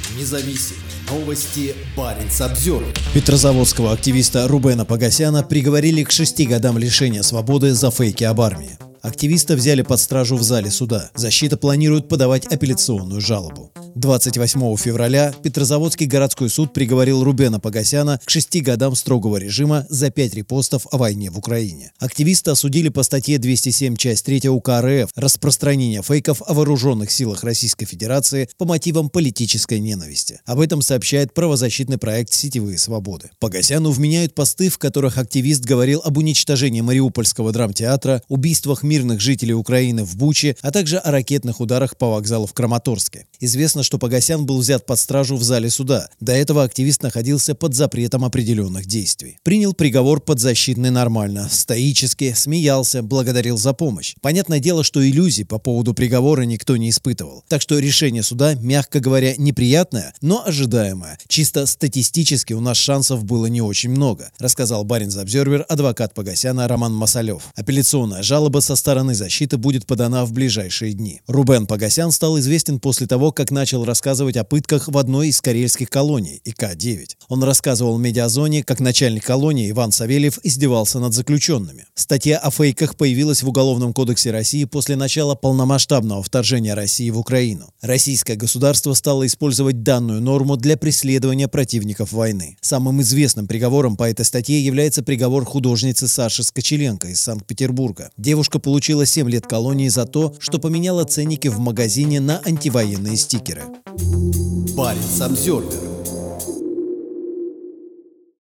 Независимые новости. Баренц-Обзервер. Петрозаводского активиста Рубена Погосяна приговорили к 6 годам лишения свободы за фейки об армии. Активиста взяли под стражу в зале суда. Защита планирует подавать апелляционную жалобу. 28 февраля Петрозаводский городской суд приговорил Рубена Погосяна к 6 годам строгого режима за 5 репостов о войне в Украине. Активиста осудили по статье 207, часть 3 УК РФ «Распространение фейков о вооруженных силах Российской Федерации по мотивам политической ненависти». Об этом сообщает правозащитный проект «Сетевые свободы». Погосяну вменяют посты, в которых активист говорил об уничтожении Мариупольского драмтеатра, убийствах мирных жителей Украины в Буче, а также о ракетных ударах по вокзалу в Краматорске. Известно, что Погосян был взят под стражу в зале суда. До этого активист находился под запретом определенных действий. Принял приговор подзащитный нормально, стоически, смеялся, благодарил за помощь. Понятное дело, что иллюзий по поводу приговора никто не испытывал. Так что решение суда, мягко говоря, неприятное, но ожидаемое. Чисто статистически у нас шансов было не очень много, рассказал Баренц-Обзервер адвокат Погосяна Роман Масалев. Апелляционная жалоба со стороны защиты будет подана в ближайшие дни. Рубен Погосян стал известен после того, как начал рассказывать о пытках в одной из карельских колоний, ИК-9. Он рассказывал в медиазоне, как начальник колонии Иван Савельев издевался над заключенными. Статья о фейках появилась в Уголовном кодексе России после начала полномасштабного вторжения России в Украину. Российское государство стало использовать данную норму для преследования противников войны. Самым известным приговором по этой статье является приговор художницы Саши Скочеленко из Санкт-Петербурга. Девушка получила 7 лет колонии за то, что поменяла ценники в магазине на антивоенные стикеры. Баренц-Обзервер.